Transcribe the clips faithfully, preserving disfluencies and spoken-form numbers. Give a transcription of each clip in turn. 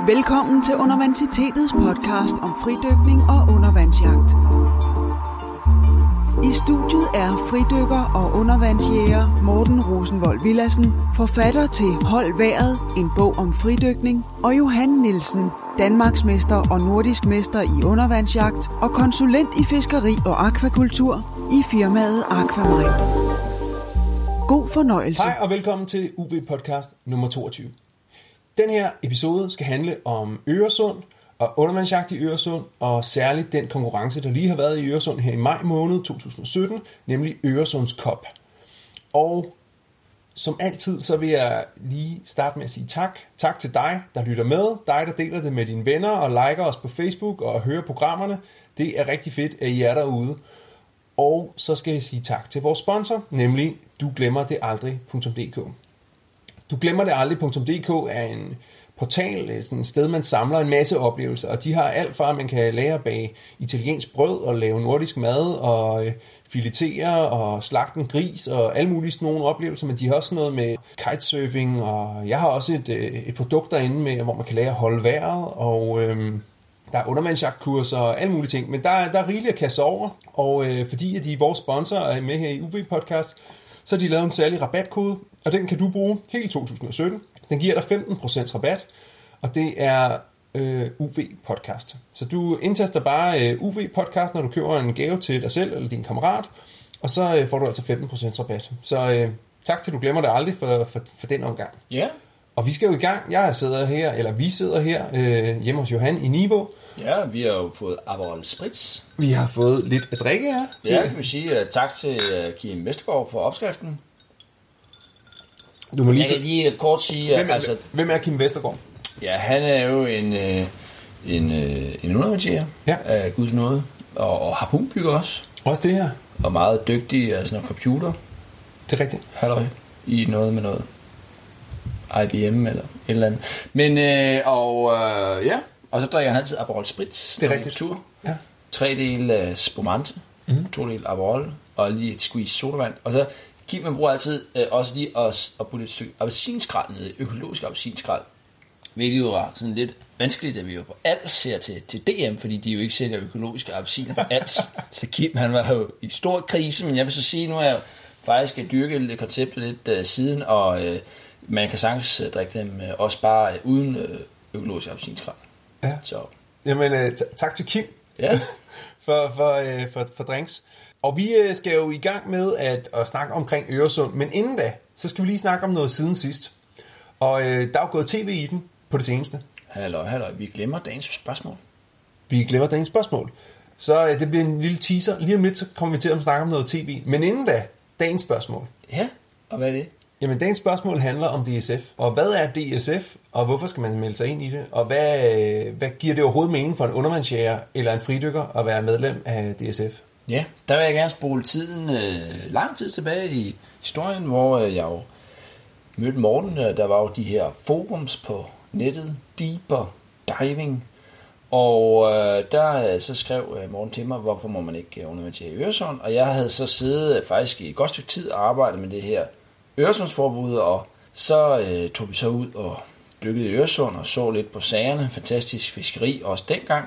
Velkommen til Undervansitetets podcast om fridykning og undervandsjagt. I studiet er fridykker og undervandsjæger Morten Rosenvold Villadsen, forfatter til Hold Vejret, en bog om fridykning, og Johan Nielsen, Danmarksmester og nordisk mester i undervandsjagt og konsulent i fiskeri og akvakultur i firmaet Aquamarin. God fornøjelse. Hej og velkommen til U V-podcast nummer toogtyve. Den her episode skal handle om Øresund og undervandsjagt i Øresund, og særligt den konkurrence, der lige har været i Øresund her i maj måned to tusind og sytten, nemlig Øresunds Cup. Og som altid, så vil jeg lige starte med at sige tak. Tak til dig, der lytter med, dig, der deler det med dine venner og liker os på Facebook og hører programmerne. Det er rigtig fedt, at I er derude. Og så skal jeg sige tak til vores sponsor, nemlig du glemmer det aldrig punktum d k. Du glemmer det aldrig punktum d k er en portal, sådan et sted, man samler en masse oplevelser, og de har alt fra, at man kan lære at bage italiensk brød og lave nordisk mad og filetere og slagte en gris og alle mulige sådan nogle oplevelser, men de har også noget med kitesurfing, og jeg har også et, et produkt derinde, med, hvor man kan lære at holde vejret, og øhm, der er undervandsjagtkurser og alle mulige ting, men der, der er rigeligt at kaste over, og øh, fordi at de er vores sponsor og er med her i U V-podcast, så har de lavet en særlig rabatkode, og den kan du bruge hele to tusind og sytten. Den giver dig femten procent rabat, og det er øh, U V-podcast. Så du indtaster bare øh, U V-podcast, når du køber en gave til dig selv eller din kammerat, og så øh, får du altså femten procent rabat. Så øh, tak til du glemmer det aldrig for, for, for den omgang. Ja. Yeah. Og vi skal jo i gang. Jeg sidder her, eller vi sidder her øh, hjemme hos Johan i Niveau. Ja, vi har jo fået Aperol Spritz. Vi har fået lidt at drikke her. Ja, jeg vil sige uh, tak til uh, Kim Vestergaard for opskriften. Du må lige jeg kan lige uh, kort sige... Hvem er, altså, hvem er Kim Vestergaard? Ja, han er jo en, uh, en, uh, en undervandsjæger ja. af Guds nåde, og, og harpunbygger også. Også det her. Og meget dygtig af sådan noget computer. Det er rigtigt. Halløj. I noget med noget I B M eller et eller andet. Men, øh, og øh, ja, og så drikker han altid Aperol Spritz. Det er rigtigt. Tur. Ja. Tre dele af spumante, mm-hmm. to dele Aperol, og lige et squeeze sodavand. Og så Kim, man bruger altid øh, også lige at, at putte et stykke appelsinskrald ned, økologisk appelsinskrald. Hvilket jo var sådan lidt vanskeligt, at vi var på Als her til, til D M, fordi de jo ikke sælger økologiske appelsiner på Als. Så Kim, han var jo i stor krise, men jeg vil så sige, nu er jeg faktisk dyrket konceptet lidt uh, siden, og uh, man kan sagtens uh, drikke dem uh, også bare uh, uden uh, økologisk appelsinskrald. Ja. Så. Jamen, uh, t- tak til Kim ja. for, for, uh, for, for drinks. Og vi uh, skal jo i gang med at, at snakke omkring Øresund, men inden da, så skal vi lige snakke om noget siden sidst. Og uh, der er jo gået tv i den på det seneste. Halløj, halløj, vi glemmer dagens spørgsmål. Vi glemmer dagens spørgsmål. Så uh, det bliver en lille teaser. Lige om lidt, så kommer vi til at snakke om noget tv. Men inden da, dagens spørgsmål. Ja, og hvad er det? Jamen, dagens spørgsmål handler om D S F. Og hvad er D S F, og hvorfor skal man melde sig ind i det? Og hvad, hvad giver det overhovedet mening for en undervandsjæger eller en fridykker at være medlem af D S F? Ja, der vil jeg gerne spole tiden øh, lang tid tilbage i historien, hvor øh, jeg jo mødte Morten. Der var jo de her forums på nettet, Deeper, Diving, og øh, der så skrev øh, Morten til mig, hvorfor må man ikke undervandsjæge i Øresund, og jeg havde så siddet øh, faktisk i et godt stykke tid og arbejdet med det her Øresundsforbud, og så øh, tog vi så ud og dykkede i Øresund og så lidt på sagerne, fantastisk fiskeri også dengang,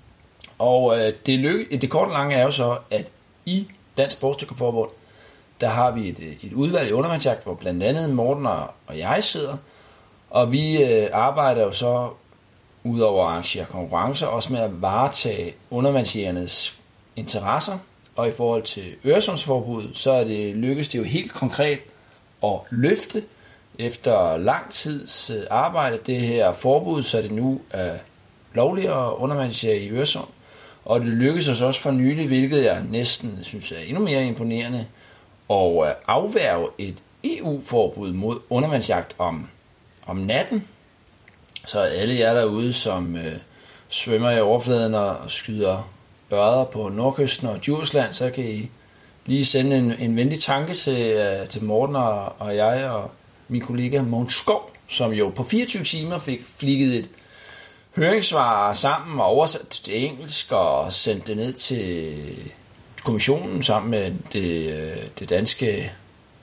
og øh, det, lykke, det korte lange er jo så, at i Dansk Sportsdykkerforbund, der har vi et, et udvalg i undervandsjagt, hvor blandt andet Morten og, og jeg sidder, og vi øh, arbejder jo så udover at arrangere konkurrencer, også med at varetage undervandsjægernes interesser, og i forhold til Øresundsforbuddet, så er det lykkedes det jo helt konkret at løfte efter lang tids arbejde det her forbud, så det nu er lovligt at undervandsjæge i Øresund, og det lykkedes os også for nylig, hvilket jeg næsten synes er endnu mere imponerende, at afværge et E U-forbud mod undervandsjagt om, om natten. Så alle jer derude, som øh, svømmer i overfladen og skyder ørder på nordkysten og Djursland, så kan I lige sende en, en venlig tanke til, øh, til Morten og, og jeg og min kollega Mogens Skov, som jo på fireogtyve timer fik flikket et høringssvar sammen og oversat til engelsk og sendt det ned til kommissionen sammen med det, øh, det danske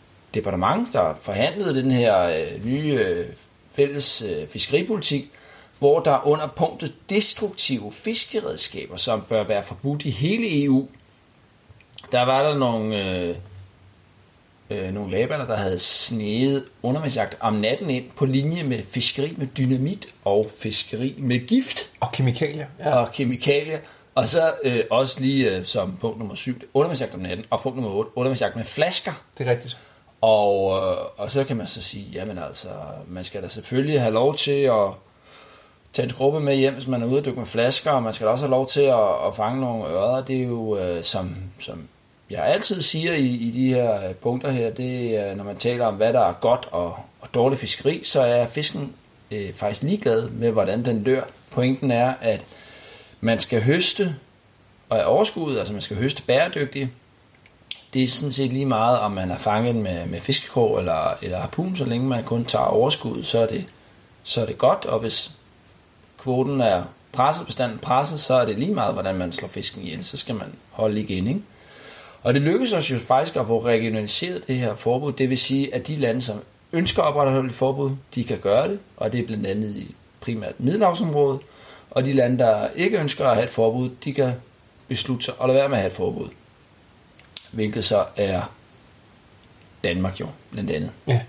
departement, der forhandlede den her øh, nye øh, fælles øh, fiskeripolitik, hvor der under punktet destruktive fiskeredskaber, som bør være forbudt i hele E U, der var der nogle, øh, øh, nogle laballer, der havde sneget undervandsjagt om natten ind på linje med fiskeri med dynamit og fiskeri med gift. Og kemikalier. Ja. Og kemikalier. Og så øh, også lige øh, som punkt nummer syv, undervandsjagt om natten, og punkt nummer otte, undervandsjagt med flasker. Det er rigtigt. Og, øh, og så kan man så sige, jamen altså, man skal da selvfølgelig have lov til at tage en gruppe med hjem, hvis man er ude og dykke med flasker, og man skal da også have lov til at, at fange nogle ørder. Det er jo, øh, som, som jeg altid siger i, i de her punkter her, det er, når man taler om, hvad der er godt og, og dårligt fiskeri, så er fisken øh, faktisk ligeglad med, hvordan den dør. Pointen er, at man skal høste og er overskud, altså man skal høste bæredygtigt. Det er sådan set lige meget, om man er fanget med, med fiskekrog eller, eller harpun, så længe man kun tager overskud, så er det, så er det godt, og hvis kvoten er presset, bestanden presset, så er det lige meget, hvordan man slår fisken ihjel, så skal man holde igen, ikke? Og det lykkes os jo faktisk at få regionaliseret det her forbud, det vil sige, at de lande, som ønsker at opretholde et forbud, de kan gøre det, og det er blandt andet i primært Middelhavsområdet, og de lande, der ikke ønsker at have et forbud, de kan beslutte sig at lade være med at have et forbud. Hvilket så er Danmark jo, blandt andet. Ja.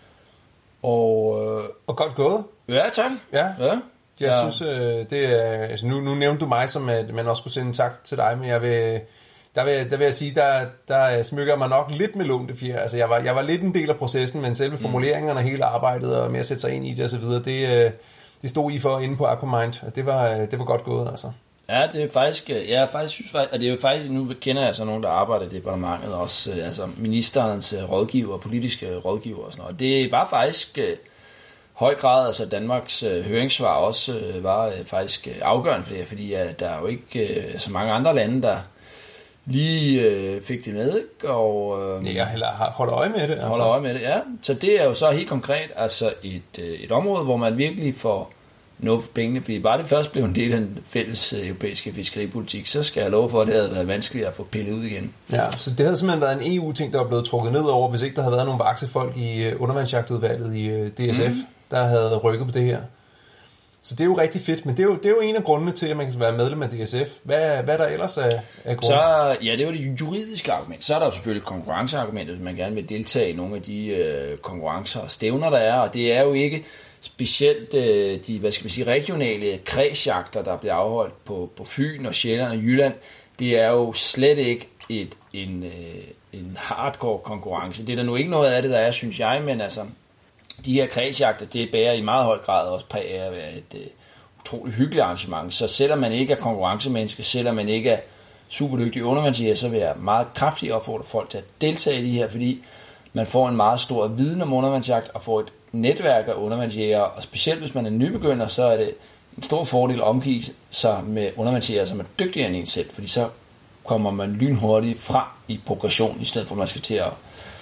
Og, øh, og godt gået. Ja, tak. Ja. Ja. Jeg ja. synes, øh, det er... Altså nu, nu nævnte du mig, som at man også skulle sende en tak til dig, men jeg vil... Der vil, der vil jeg sige, der, der smykker mig nok lidt med lånte fjer. Altså, jeg var, jeg var lidt en del af processen, men selve formuleringerne og hele arbejdet og med at sætte sig ind i det og så videre, det, det stod I for inde på Aquamind, og det var, det var godt gået, altså. Ja, det er faktisk, jeg faktisk synes faktisk, og det er jo faktisk, nu kender jeg så nogen, der arbejder i departementet også, altså ministerens rådgiver, politiske rådgiver og sådan noget. Det var faktisk øh, høj grad, altså Danmarks øh, høringssvar også øh, var øh, faktisk afgørende for det, fordi øh, der er jo ikke øh, så mange andre lande, der lige øh, fik det med, ikke? Og øh, ja, jeg holder øje med det. Altså. Holder øje med det, ja. Så det er jo så helt konkret, altså et, øh, et område, hvor man virkelig får noget for pengene, fordi bare det først blev en del af den fælles europæiske fiskeripolitik, så skal jeg love for, at det havde været vanskeligt at få pillet ud igen. Ja, så det havde simpelthen været en E U-ting, der var blevet trukket ned over, hvis ikke der havde været nogle vaksefolk i undervandsjagtudvalget i D S F, mm. der havde rykket på det her. Så det er jo rigtig fedt, men det er jo, det er jo en af grundene til, at man kan være medlem af D S F. Hvad, hvad der ellers er, er grund? Så, ja, det var det juridiske argument. Så er der jo selvfølgelig konkurrenceargumentet, hvis man gerne vil deltage i nogle af de øh, konkurrencer og stævner, der er, og det er jo ikke specielt øh, de, hvad skal man sige, regionale kredsjagter, der bliver afholdt på, på Fyn og Sjælland og Jylland. Det er jo slet ikke et, en, øh, en hardcore konkurrence. Det er der nu ikke noget af det, der er, synes jeg, men altså, de her kredsjagter, det bærer i meget høj grad også præg af at være et øh, utroligt hyggeligt arrangement. Så selvom man ikke er konkurrencemenneske, selvom man ikke er super dygtig undervandsjæger, så vil jeg meget kraftigt opfordre folk til at deltage i de her, fordi man får en meget stor viden om undervandsjagt og får et netværk af undervandsjæger, og specielt hvis man er nybegynder, så er det en stor fordel at omgive sig med undervandsjæger, som er dygtigere end en selv, fordi så kommer man lynhurtigt fra i progression, i stedet for at man skal til at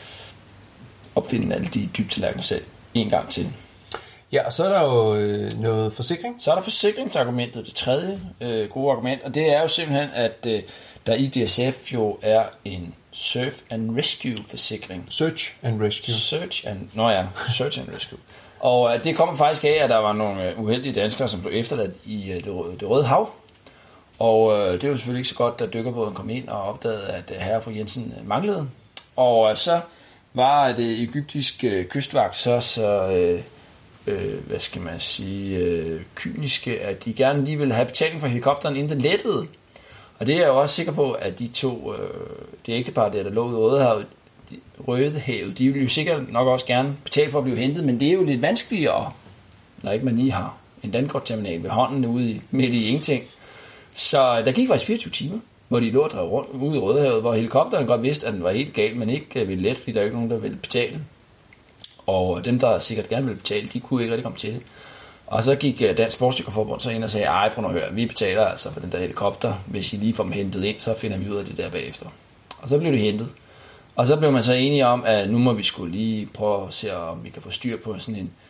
opfinde alle de dybtallerkener selv en gang til. Ja, og så er der jo øh, noget forsikring. Så er der forsikringsargumentet, det tredje øh, gode argument, og det er jo simpelthen, at øh, der i D S F jo er en Search and Rescue forsikring. Search and Rescue. Search and, nå ja, Search and Rescue. Og øh, det kommer faktisk af, at der var nogle øh, uheldige danskere, som blev efterladt i øh, det, røde, det Røde Hav. Og øh, det var selvfølgelig ikke så godt, da dykkerbåden kom ind og opdagede, at øh, herre fru Jensen øh, manglede. Og øh, så var det egyptiske øh, kystvagt så, så øh, øh, hvad skal man sige, øh, kyniske, at de gerne lige ville have betaling for helikopteren, inden den lettede. Og det er jeg jo også sikker på, at de to, øh, det ægtepar der, der lå i Rødehavet, de, Rødehavet, de vil jo sikkert nok også gerne betale for at blive hentet, men det er jo lidt vanskeligere, når ikke man lige har en dankortterminal ved hånden ude i, midt i ingenting. Så der gik faktisk fireogtyve timer, hvor de lå og drev rundt ude i Rødehavet, hvor helikopteren godt vidste, at den var helt gal, men ikke ville let, fordi der er ikke nogen, der ville betale. Og dem, der sikkert gerne ville betale, de kunne ikke rigtig komme til det. Og så gik Dansk Sportsdykkerforbund så ind og sagde, ej, prøv at høre, vi betaler altså for den der helikopter. Hvis I lige får dem hentet ind, så finder vi ud af det der bagefter. Og så blev det hentet. Og så blev man så enige om, at nu må vi skulle lige prøve at se, om vi kan få styr på sådan en,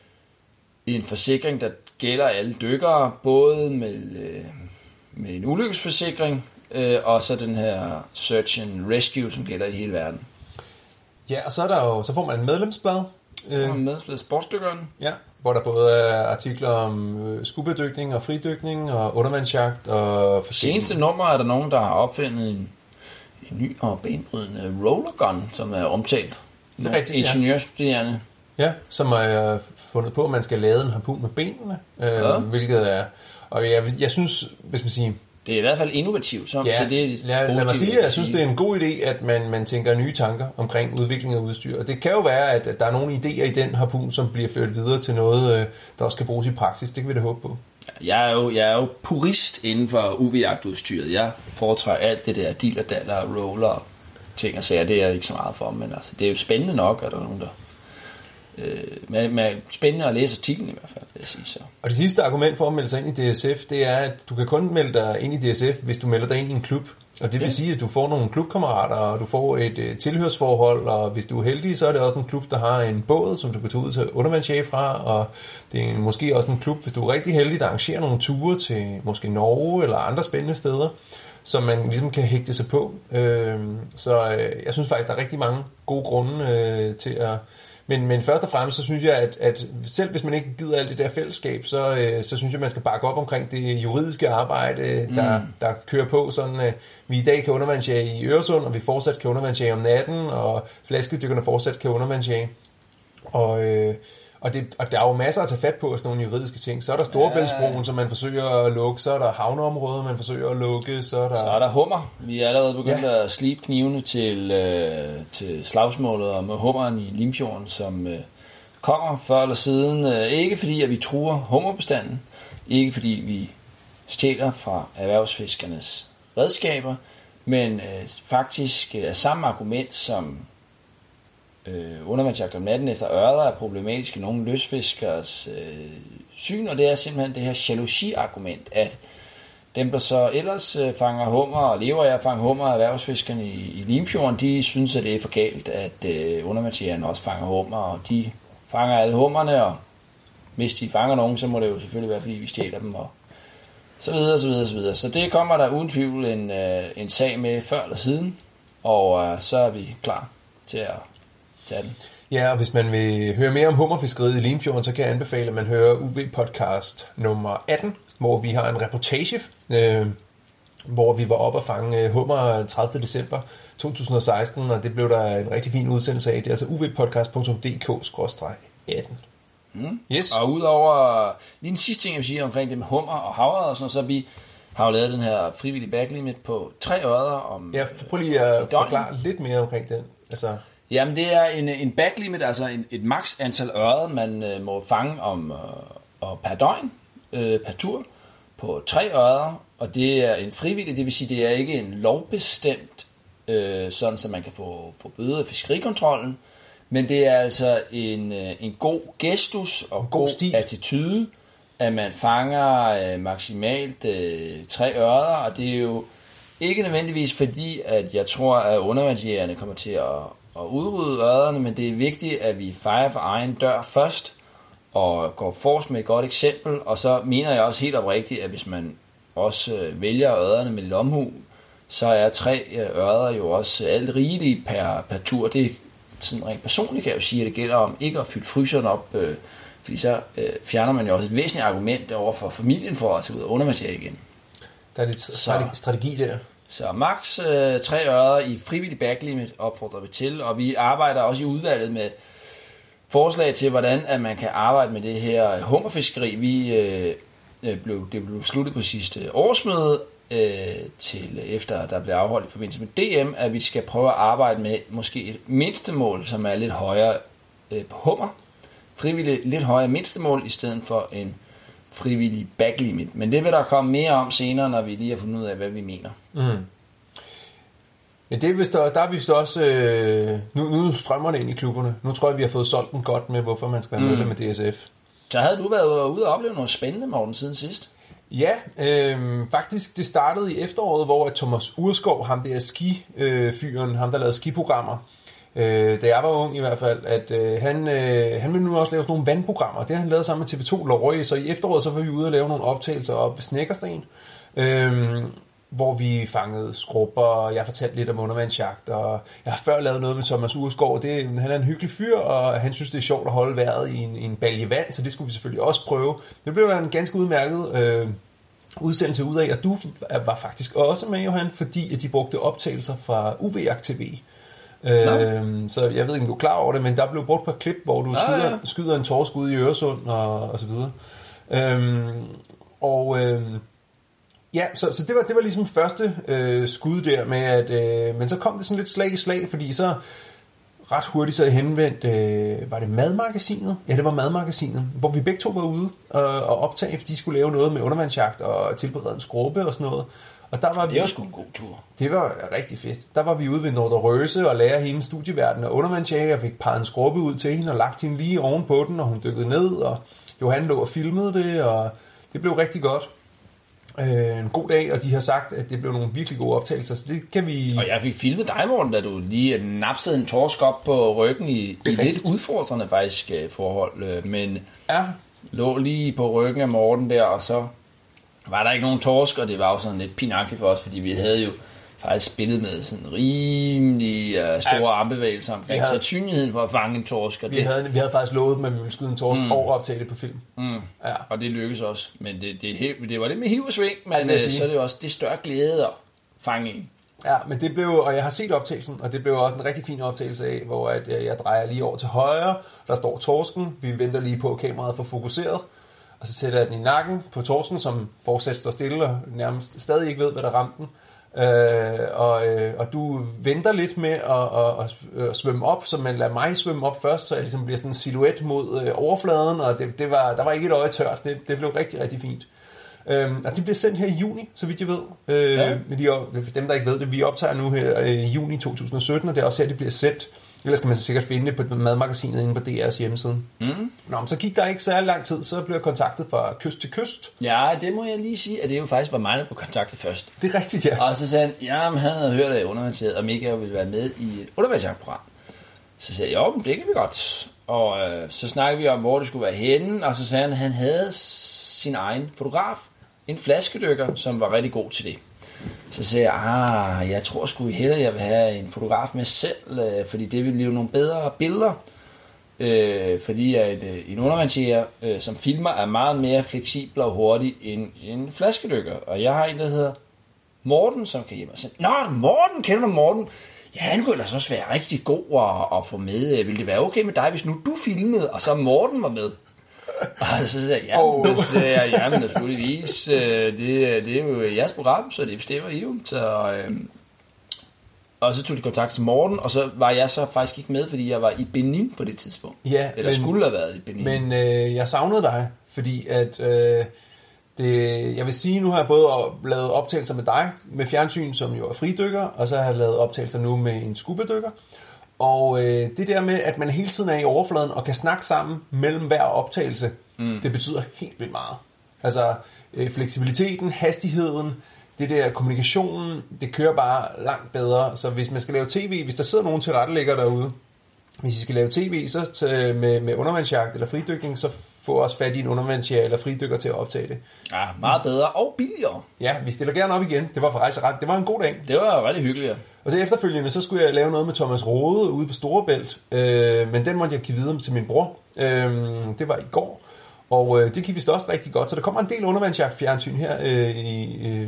en forsikring, der gælder alle dykkere, både med, med en ulykkesforsikring, og så den her Search and Rescue, som gælder i hele verden. Ja, og så, er der jo, så får man en medlemsblad. Øh, med sportsdykkeren. Ja, hvor der både er artikler om øh, skubedykning og fridykning og undervandsjagt og forskellige. Seneste nummer er der nogen, der har opfundet en, en ny og banebrydende rollergun, som er omtalt. Det er rigtigt, ingeniørstuderende. Ja, som har fundet på, at man skal lade en harpun med benene, øh, ja. Hvilket er... Og jeg, jeg synes, hvis man siger... Det er i hvert fald innovativt, så, ja, så det er lad, lad mig sige, at jeg synes, det er en god idé, at man, man tænker nye tanker omkring udvikling af udstyr. Og det kan jo være, at, at der er nogle idéer i den harpun, som bliver ført videre til noget, der også skal bruges i praksis. Det kan vi da håbe på. Jeg er jo, jeg er jo purist inden for U V-jagtudstyret. Jeg foretrækker alt det der dealer, daller, roller, ting og sager. Det er jeg ikke så meget for, men altså, det er jo spændende nok, at der er nogen, der... Øh, med, med spændende at læse artiklen i hvert fald, vil jeg sige så. Og det sidste argument for at melde sig ind i D S F, det er, at du kan kun melde dig ind i D S F, hvis du melder dig ind i en klub. Og det vil ja. sige, at du får nogle klubkammerater, og du får et uh, tilhørsforhold, og hvis du er heldig, så er det også en klub, der har en båd, som du kan tage ud til undervandschef fra, og det er måske også en klub, hvis du er rigtig heldig, der arrangerer nogle ture til måske Norge eller andre spændende steder, som man ligesom kan hægte sig på. Øh, så øh, jeg synes faktisk, der er rigtig mange gode grunde øh, til at... Men, men først og fremmest, så synes jeg, at, at selv hvis man ikke gider alt det der fællesskab, så, øh, så synes jeg, man skal bakke op omkring det juridiske arbejde, der, mm. der kører på, sådan at vi i dag kan undervandsjage i Øresund, og vi fortsat kan undervandsjage om natten, og flaskedykkerne fortsat kan undervandsjage. Og, øh, og, det, og der er jo masser at tage fat på af sådan nogle juridiske ting. Så er der Storebæltsbroen, ja. som man forsøger at lukke, så er der havneområder, man forsøger at lukke, så er der... Så er der hummer. Vi er allerede begyndt ja. at slibe knivene til, øh, til slagsmålet og med hummeren i Limfjorden, som øh, kommer før eller siden. Øh, ikke fordi, at vi truer hummerbestanden, ikke fordi vi stjæler fra erhvervsfiskernes redskaber, men øh, faktisk er samme argument som... Øh, undervandsjagt om natten efter ørder er problematisk i nogle løsfiskers øh, syn, og det er simpelthen det her jalousi-argument, at dem, der så ellers øh, fanger hummer og lever af at fange hummer af erhvervsfiskerne i, i Limfjorden, de synes, at det er for galt, at øh, undervandsjægerne også fanger hummer, og de fanger alle hummerne, og hvis de fanger nogen, så må det jo selvfølgelig være, fordi vi stjæler dem, og så videre, så videre, så videre. Så det kommer der uden tvivl en, øh, en sag med før eller siden, og øh, så er vi klar til at Ja, og hvis man vil høre mere om hummerfiskeriet i Limfjorden, så kan jeg anbefale, at man hører U V-podcast nummer atten, hvor vi har en reportage, øh, hvor vi var oppe at fange hummer tredivte december to tusind og seksten, og det blev der en rigtig fin udsendelse af. Det er altså u v podcast punktum d k skråstreg atten. Mm. Yes. Og udover lige en sidste ting, jeg vil sige omkring det med hummer og havre og sådan, så vi har jo lavet den her frivillige backlimit på tre ørder om... Ja, prøv lige at forklare lidt mere omkring den. Altså... Jamen, det er en, en backlimit, altså en, et maks antal ørder, man øh, må fange om, øh, og per døgn, øh, per tur, på tre ørder, og det er en frivillig, det vil sige, det er ikke en lovbestemt, øh, sådan så man kan få, få bøde af fiskerikontrollen, men det er altså en, øh, en god gestus og god, god stil. Attitude, at man fanger øh, maksimalt øh, tre ørder, og det er jo ikke nødvendigvis fordi, at jeg tror, at undervandsjægerne kommer til at og udrydde ørrederne, men det er vigtigt, at vi fejrer for egen dør først, og går forrest med et godt eksempel, og så mener jeg også helt oprigtigt, at hvis man også øh, vælger ørrederne med lomhu, så er tre øh, ørreder jo også alt rigelige per, per tur. Det er sådan rent personligt, kan jeg jo sige, at det gælder om ikke at fylde fryseren op, øh, fordi så øh, fjerner man jo også et væsentligt argument over for familien for at tage ud og undervandsjage igen. Der er lidt så, strategi der. Så max øh, tre ørder i frivillig backlimit opfordrer vi til, og vi arbejder også i udvalget med forslag til, hvordan at man kan arbejde med det her hummerfiskeri. Vi øh, blev, det blev sluttet på sidste årsmøde, øh, til efter der blev afholdt i forbindelse med D M, at vi skal prøve at arbejde med måske et mindstemål, som er lidt højere øh, på hummer. Frivilligt lidt højere mindstemål, i stedet for en frivillig backlimit. Men det vil der komme mere om senere, når vi lige har fundet ud af, hvad vi mener. Mm. Men det er vist, der er vist også... Øh, nu, nu strømmer det ind i klubberne. Nu tror jeg, vi har fået solgt den godt med, hvorfor man skal være medlem mm. med D S F. Så havde du været ude og opleve noget spændende, Morten, siden sidst? Ja, øh, faktisk det startede i efteråret, hvor Thomas Urskov, ham der skifyren, øh, ham der lavede skiprogrammer, øh, da jeg var ung i hvert fald, at øh, han, øh, han ville nu også lave sådan nogle vandprogrammer. Det har han lavet sammen med T V to Lorge, så i efteråret så var vi ude og lave nogle optagelser op ved Snækkersten. Øh, hvor vi fangede skrubber, og jeg fortalte lidt om undervandsjagt, og jeg har før lavet noget med Thomas Ursgaard. Det, han er en hyggelig fyr, og han synes, det er sjovt at holde vejret i en, i en balje vand, så det skulle vi selvfølgelig også prøve. Det blev der en ganske udmærket øh, udsendelse ud af, og du var faktisk også med, Johan, fordi at de brugte optagelser fra U V-jagt T V. Øh, så jeg ved ikke, om du er klar over det, men der blev brugt på et klip, hvor du skyder, ja, ja. skyder en torsk ud i Øresund, og, og så videre. Øh, og... Øh, Ja, så, så det, var, det var ligesom første øh, skud der med, at, øh, men så kom det sådan lidt slag i slag, fordi så ret hurtigt så henvendt, øh, var det Madmagasinet? Ja, det var Madmagasinet, hvor vi begge to var ude og, og optage, fordi de skulle lave noget med undervandsjagt og tilberede en skrubbe og sådan noget. Og der var det var sgu en god tur. Det var rigtig fedt. Der var vi ude ved Nordre Røse og lærer hende studieverden og undervandsjæger, og fik peget en skrubbe ud til hende og lagt hende lige oven på den, og hun dykkede ned, og Johan lå og filmede det, og det blev rigtig godt. Øh, en god dag, og de har sagt, at det blev nogle virkelig gode optagelser, så det kan vi... Og jeg fik filmet dig, Morten, da du lige napsede en torsk op på ryggen i, i lidt udfordrende faktisk forhold, men ja. Lå lige på ryggen af Morten der, og så var der ikke nogen torsk, og det var jo sådan lidt pinagtigt for os, fordi vi havde jo faktisk spillet med sådan rimelig uh, store ja. armbevægelser omkring sandsynligheden for at fange en torsk. Og vi, det... havde, vi havde faktisk lovet dem, at vi ville skyde en torsk mm. og optage det på film. Mm. Ja. Og det lykkedes også. Men det, det, det var lidt med hiv og sving, men uh, så er det også det større glæde at fange en. Ja, men det blev, og jeg har set optagelsen, og det blev også en rigtig fin optagelse af, hvor at jeg, jeg drejer lige over til højre, der står torsken, vi venter lige på, at kameraet får fokuseret, og så sætter jeg den i nakken på torsken, som fortsat står stille og nærmest stadig ikke ved, hvad der ramte den. Øh, og, øh, og du venter lidt med at, at, at, at svømme op, så man lader mig svømme op først, så jeg ligesom bliver sådan en silhuet mod øh, overfladen, og det, det var, der var ikke et øje tørt. Det, det blev rigtig, rigtig fint. Øh, og det bliver sendt her i juni, så vidt jeg ved. Øh, ja. Men de, for dem, der ikke ved det, vi optager nu her i juni to tusind og sytten, og det er også her, det bliver sendt. Ellers kan man så sikkert finde det på Madmagasinet inde på D R's hjemmeside. Mm. Nå, men så gik der ikke særlig lang tid, så blev jeg kontaktet fra kyst til kyst. Ja, det må jeg lige sige, at det jo faktisk var mig, der blev kontaktet først. Det er rigtigt, ja. Og så sagde han, jamen han havde hørt af undervandsjagt, om ikke jeg ville være med i et undervandsjagtprogram. Så sagde jeg, jo, men det kan vi godt. Og øh, så snakkede vi om, hvor det skulle være henne, og så sagde han, at han havde sin egen fotograf, en flaskedykker, som var rigtig god til det. Så sagde jeg, ah, jeg tror sgu hellere, jeg vil have en fotograf med selv, øh, fordi det vil blive nogle bedre billeder. Øh, fordi at, øh, en undervandsjæger, øh, som filmer, er meget mere fleksibel og hurtig end en flaskedykker. Og jeg har en, der hedder Morten, som kan hjemme og sige, nå, Morten, kender du Morten? Ja, han kunne ellers også være rigtig god at, at få med. Vil det være okay med dig, hvis nu du filmede, og så Morten var med? Og så sagde jeg, ja, oh. så sagde jeg, jamen naturligvis, det, det er jo jeres program, så det bestemmer I jo. Så, øhm, og så tog de kontakt til Morten, og så var jeg så faktisk ikke med, fordi jeg var i Benin på det tidspunkt. Ja, eller men, skulle have været i Benin. Men øh, jeg savnede dig, fordi at, øh, det, jeg vil sige, nu har jeg både lavet optagelser med dig, med fjernsyn, som jo er fridykker, og så har jeg lavet optagelser nu med en skubedykker. Og øh, det der med, at man hele tiden er i overfladen og kan snakke sammen mellem hver optagelse, mm. det betyder helt vildt meget. Altså øh, fleksibiliteten, hastigheden, det der kommunikationen, det kører bare langt bedre. Så hvis man skal lave tv, hvis der sidder nogen tilrettelægger derude, hvis I skal lave tv så til, med, med undervandsjagt eller fridykning, så få også fat i en undervandsjæger eller fridykker til at optage det. Ja, meget bedre og billigere. Ja, vi stiller gerne op igen. Det var for rejseret. Det var en god dag. Det var rigtig hyggeligt, ja. Og så efterfølgende, så skulle jeg lave noget med Thomas Rode ude på Storebælt, øh, men den måtte jeg give videre til min bror. Øh, det var i går, og øh, det gik vist også rigtig godt. Så der kommer en del undervandsjagt-fjernsyn her. Øh, i, øh.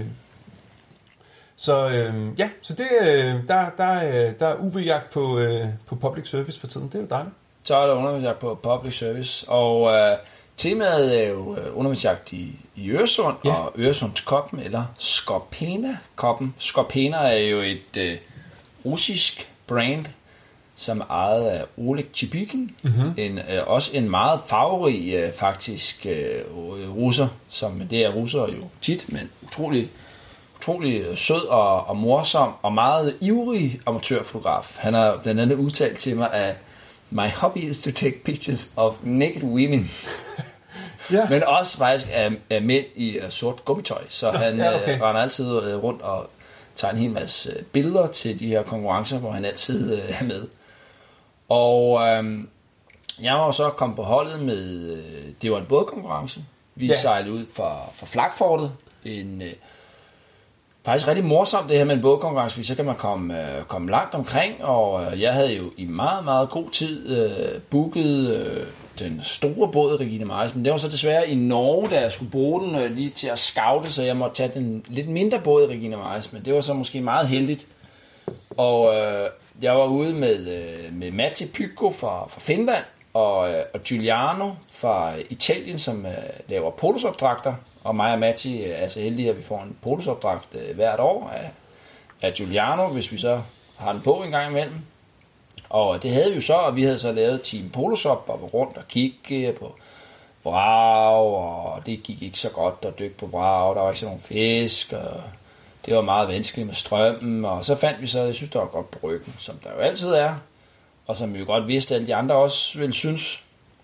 Så øh, ja, så det, øh, der, der, der er U V-jagt på, øh, på public service for tiden. Det er jo dejligt. Så er der undervandsjagt på public service, og øh, temaet er jo undervandsjagt i, i Øresund, ja. Og Øresundskoppen, eller Skorpena-koppen. Skorpena er jo et øh, russisk brand, som er ejet af Oleg Chibykin, mm-hmm. en, øh, også en meget farverig øh, faktisk øh, russer, som det er russere jo tit, men utrolig, utrolig sød og, og morsom, og meget ivrig amatørfotograf. Han har blandt andet udtalt til mig, at my hobby is to take pictures of naked women. Ja. Men også faktisk af, af mænd i uh, sort gummitøj. Så han ja, okay. uh, render altid uh, rundt og tager en hel masse uh, billeder til de her konkurrencer, hvor han altid uh, er med. Og um, jeg var så kommet på holdet med, uh, det var en bådkonkurrence. Vi ja. sejlede ud fra, fra Flakfortet, en uh, faktisk rigtig morsomt det her med en bådkonkurrence, fordi så kan man komme, øh, komme langt omkring, og øh, jeg havde jo i meget, meget god tid øh, booket øh, den store båd Regina Maris, men det var så desværre i Norge, da jeg skulle bruge den øh, lige til at scoute, så jeg måtte tage den lidt mindre båd Regina Maris, men det var så måske meget heldigt. Og øh, jeg var ude med, øh, med Matti Pykko fra, fra Finland, og, øh, og Giuliano fra Italien, som øh, laver polosopdragter. Og mig og Matti er så heldige, at vi får en polosopdragt øh, hvert år af, af Giuliano, hvis vi så har den på en gang imellem. Og det havde vi jo så, og vi havde så lavet Team Polosop og var rundt og kigge på vrag, og det gik ikke så godt at dykke på vrag. Der var ikke så nogen fisk, og det var meget vanskeligt med strømmen. Og så fandt vi så, jeg synes, der var godt på ryggen, som der jo altid er, og som vi jo godt vidste, at alle de andre også ville synes.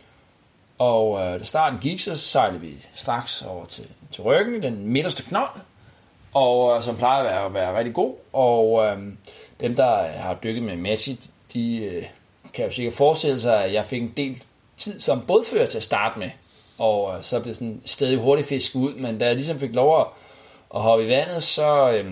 Og øh, da starten gik, så sejlede vi straks over til, til ryggen, den midterste knold, og øh, som plejer at være, at være rigtig god. Og øh, dem, der har dykket med Matti, de øh, kan jo sikkert forestille sig, at jeg fik en del tid som bådfører til at starte med. Og øh, så blev sådan stadig hurtigt fisket ud, men da jeg ligesom fik lov at, at hoppe i vandet, så, øh,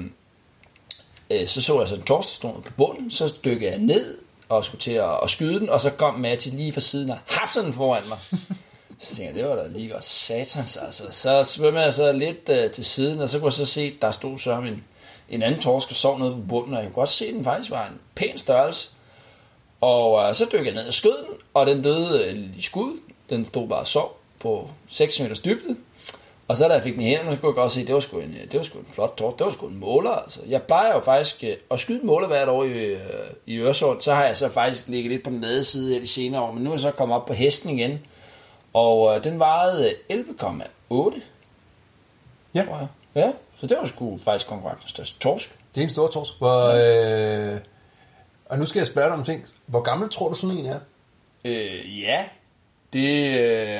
øh, så så jeg sådan en torsk på bunden, så dykkede jeg ned og skulle til at, at skyde den, og så kom Matti lige fra siden og hafsede den foran mig. Så tænkte jeg, det var da lige godt satans, altså. Så svømmede jeg så lidt uh, til siden, og så kunne jeg så se, der stod så en, en anden torsk og sov nede på bunden, og jeg kunne godt se, at den faktisk var en pæn størrelse. Og uh, så dykkede jeg ned og skød den, og den døde uh, i skud. Den stod bare og sov på seks meters dybde. Og så da jeg fik den i hænderne, så kunne jeg godt se, at det var sgu en, det var sgu en flot torsk. Det var sgu en måler, altså. Jeg plejer jo faktisk uh, at skyde måler hvert år i, uh, i Øresund. Så har jeg så faktisk ligget lidt på den lade side af de senere år, men nu er jeg så kommet op på hesten igen. Og øh, den varede elleve komma otte, ja. tror jeg. Ja, så det var sgu faktisk konkurrencens største torsk. Det er en stor torsk. Hvor, ja. øh, og nu skal jeg spørge dig om ting. Hvor gammel tror du sådan en er? Øh, ja, det, øh,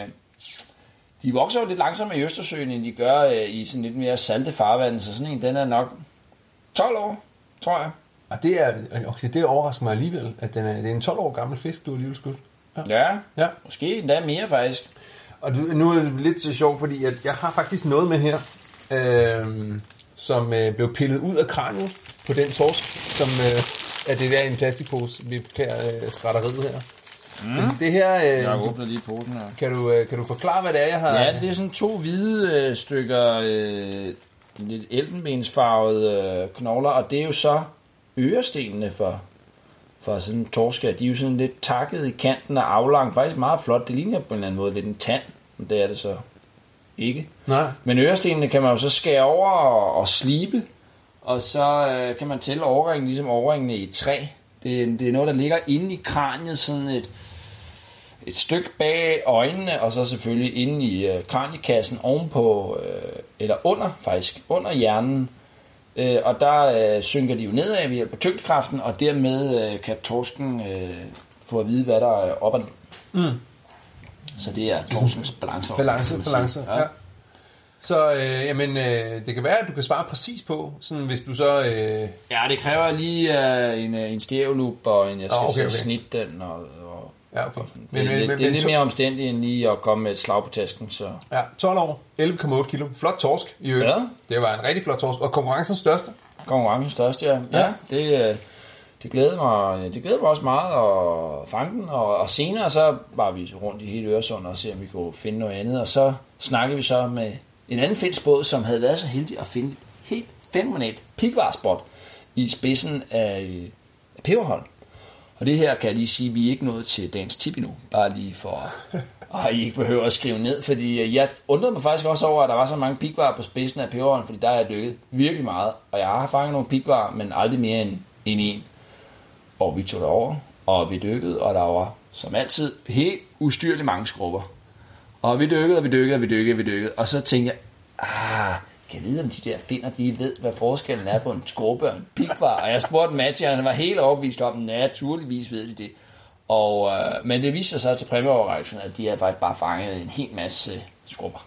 de vokser jo lidt langsommere i Østersøen, end de gør øh, i sådan lidt mere salte farvand. Så sådan en, den er nok tolv år, tror jeg. Og det er, okay, det overrasker mig alligevel, at den er, det er en tolv år gammel fisk, du har alligevel skudt. Ja, ja, måske endda mere faktisk. Og du, nu er det lidt så sjovt, fordi at jeg har faktisk noget med her, øh, som øh, blev pillet ud af kraniet på den torsk, som øh, er det der i en plastikpose, vi kan øh, skrætteriet her. Mm. Det her, øh, jeg åbner lige posen her. Kan du, øh, kan du forklare, hvad det er, jeg har? Ja, det er sådan to hvide øh, stykker, øh, lidt elfenbensfarvede øh, knogler, og det er jo så ørestenene for... for sådan en torske, de er jo sådan lidt takket i kanten og aflang, faktisk meget flot. Det ligner på en eller anden måde lidt en tand, men det er det så ikke. Nej. Men ørestenene kan man jo så skære over og, og slibe, og så øh, kan man tælle overringen, ligesom overringene i et træ. Det, det er noget, der ligger inde i kraniet, sådan et, et stykke bag øjnene, og så selvfølgelig inde i øh, kraniekassen ovenpå, øh, eller under faktisk, under hjernen. Øh, og der øh, synker de jo nedad ved hjælp af tyngdekraften, og dermed øh, kan torsken øh, få at vide, hvad der er op ad den. Mm. Så det er torskens balance. Balance, balance, ja. Ja. Så øh, jamen, øh, det kan være, at du kan svare præcis på, sådan hvis du så... Øh... Ja, det kræver lige øh, en, en stereolup, og en, jeg skal oh, okay, okay. snitte den, og... og ja, okay. og men, det, men, det, men, det er lidt to... mere omstændigt, end lige at komme med et slag på tasken, så... Ja, tolv år, elleve komma otte kilo. Flot torsk i øvrigt. Ja. Det var en rigtig flot torsk, og konkurrencens største. Konkurrencens største, ja. Ja, ja det... Det glæder mig, det glæder mig også meget at fange den, og, og senere så var vi rundt i hele Øresund og se, om vi kunne finde noget andet, og så snakkede vi så med en anden finsk båd, som havde været så heldig at finde et helt fænomenalt pigvarspot i spidsen af, af Peberholm. Og det her kan jeg lige sige, at vi er ikke nået til dagens tip endnu, bare lige for at I ikke behøver at skrive ned, fordi jeg undrede mig faktisk også over, at der var så mange pigvarer på spidsen af Peberholm, fordi der har jeg dykket virkelig meget, og jeg har fanget nogle pigvarer, men aldrig mere end en en. Og vi tog derover, og vi dykkede, og der var som altid helt ustyrligt mange skrubber. Og vi dykkede, og vi dykkede, og vi dykkede, og vi dykkede. Og så tænkte jeg, ah, kan jeg vide, om de der finder, de ved, hvad forskellen er på en skrubbe og en pigvar? Og jeg spurgte Matti, og han var helt overbevist om, naturligvis ved de det. Og, øh, men det viste sig til præmieoverrækkelsen, at de havde faktisk bare fanget en hel masse skrubber.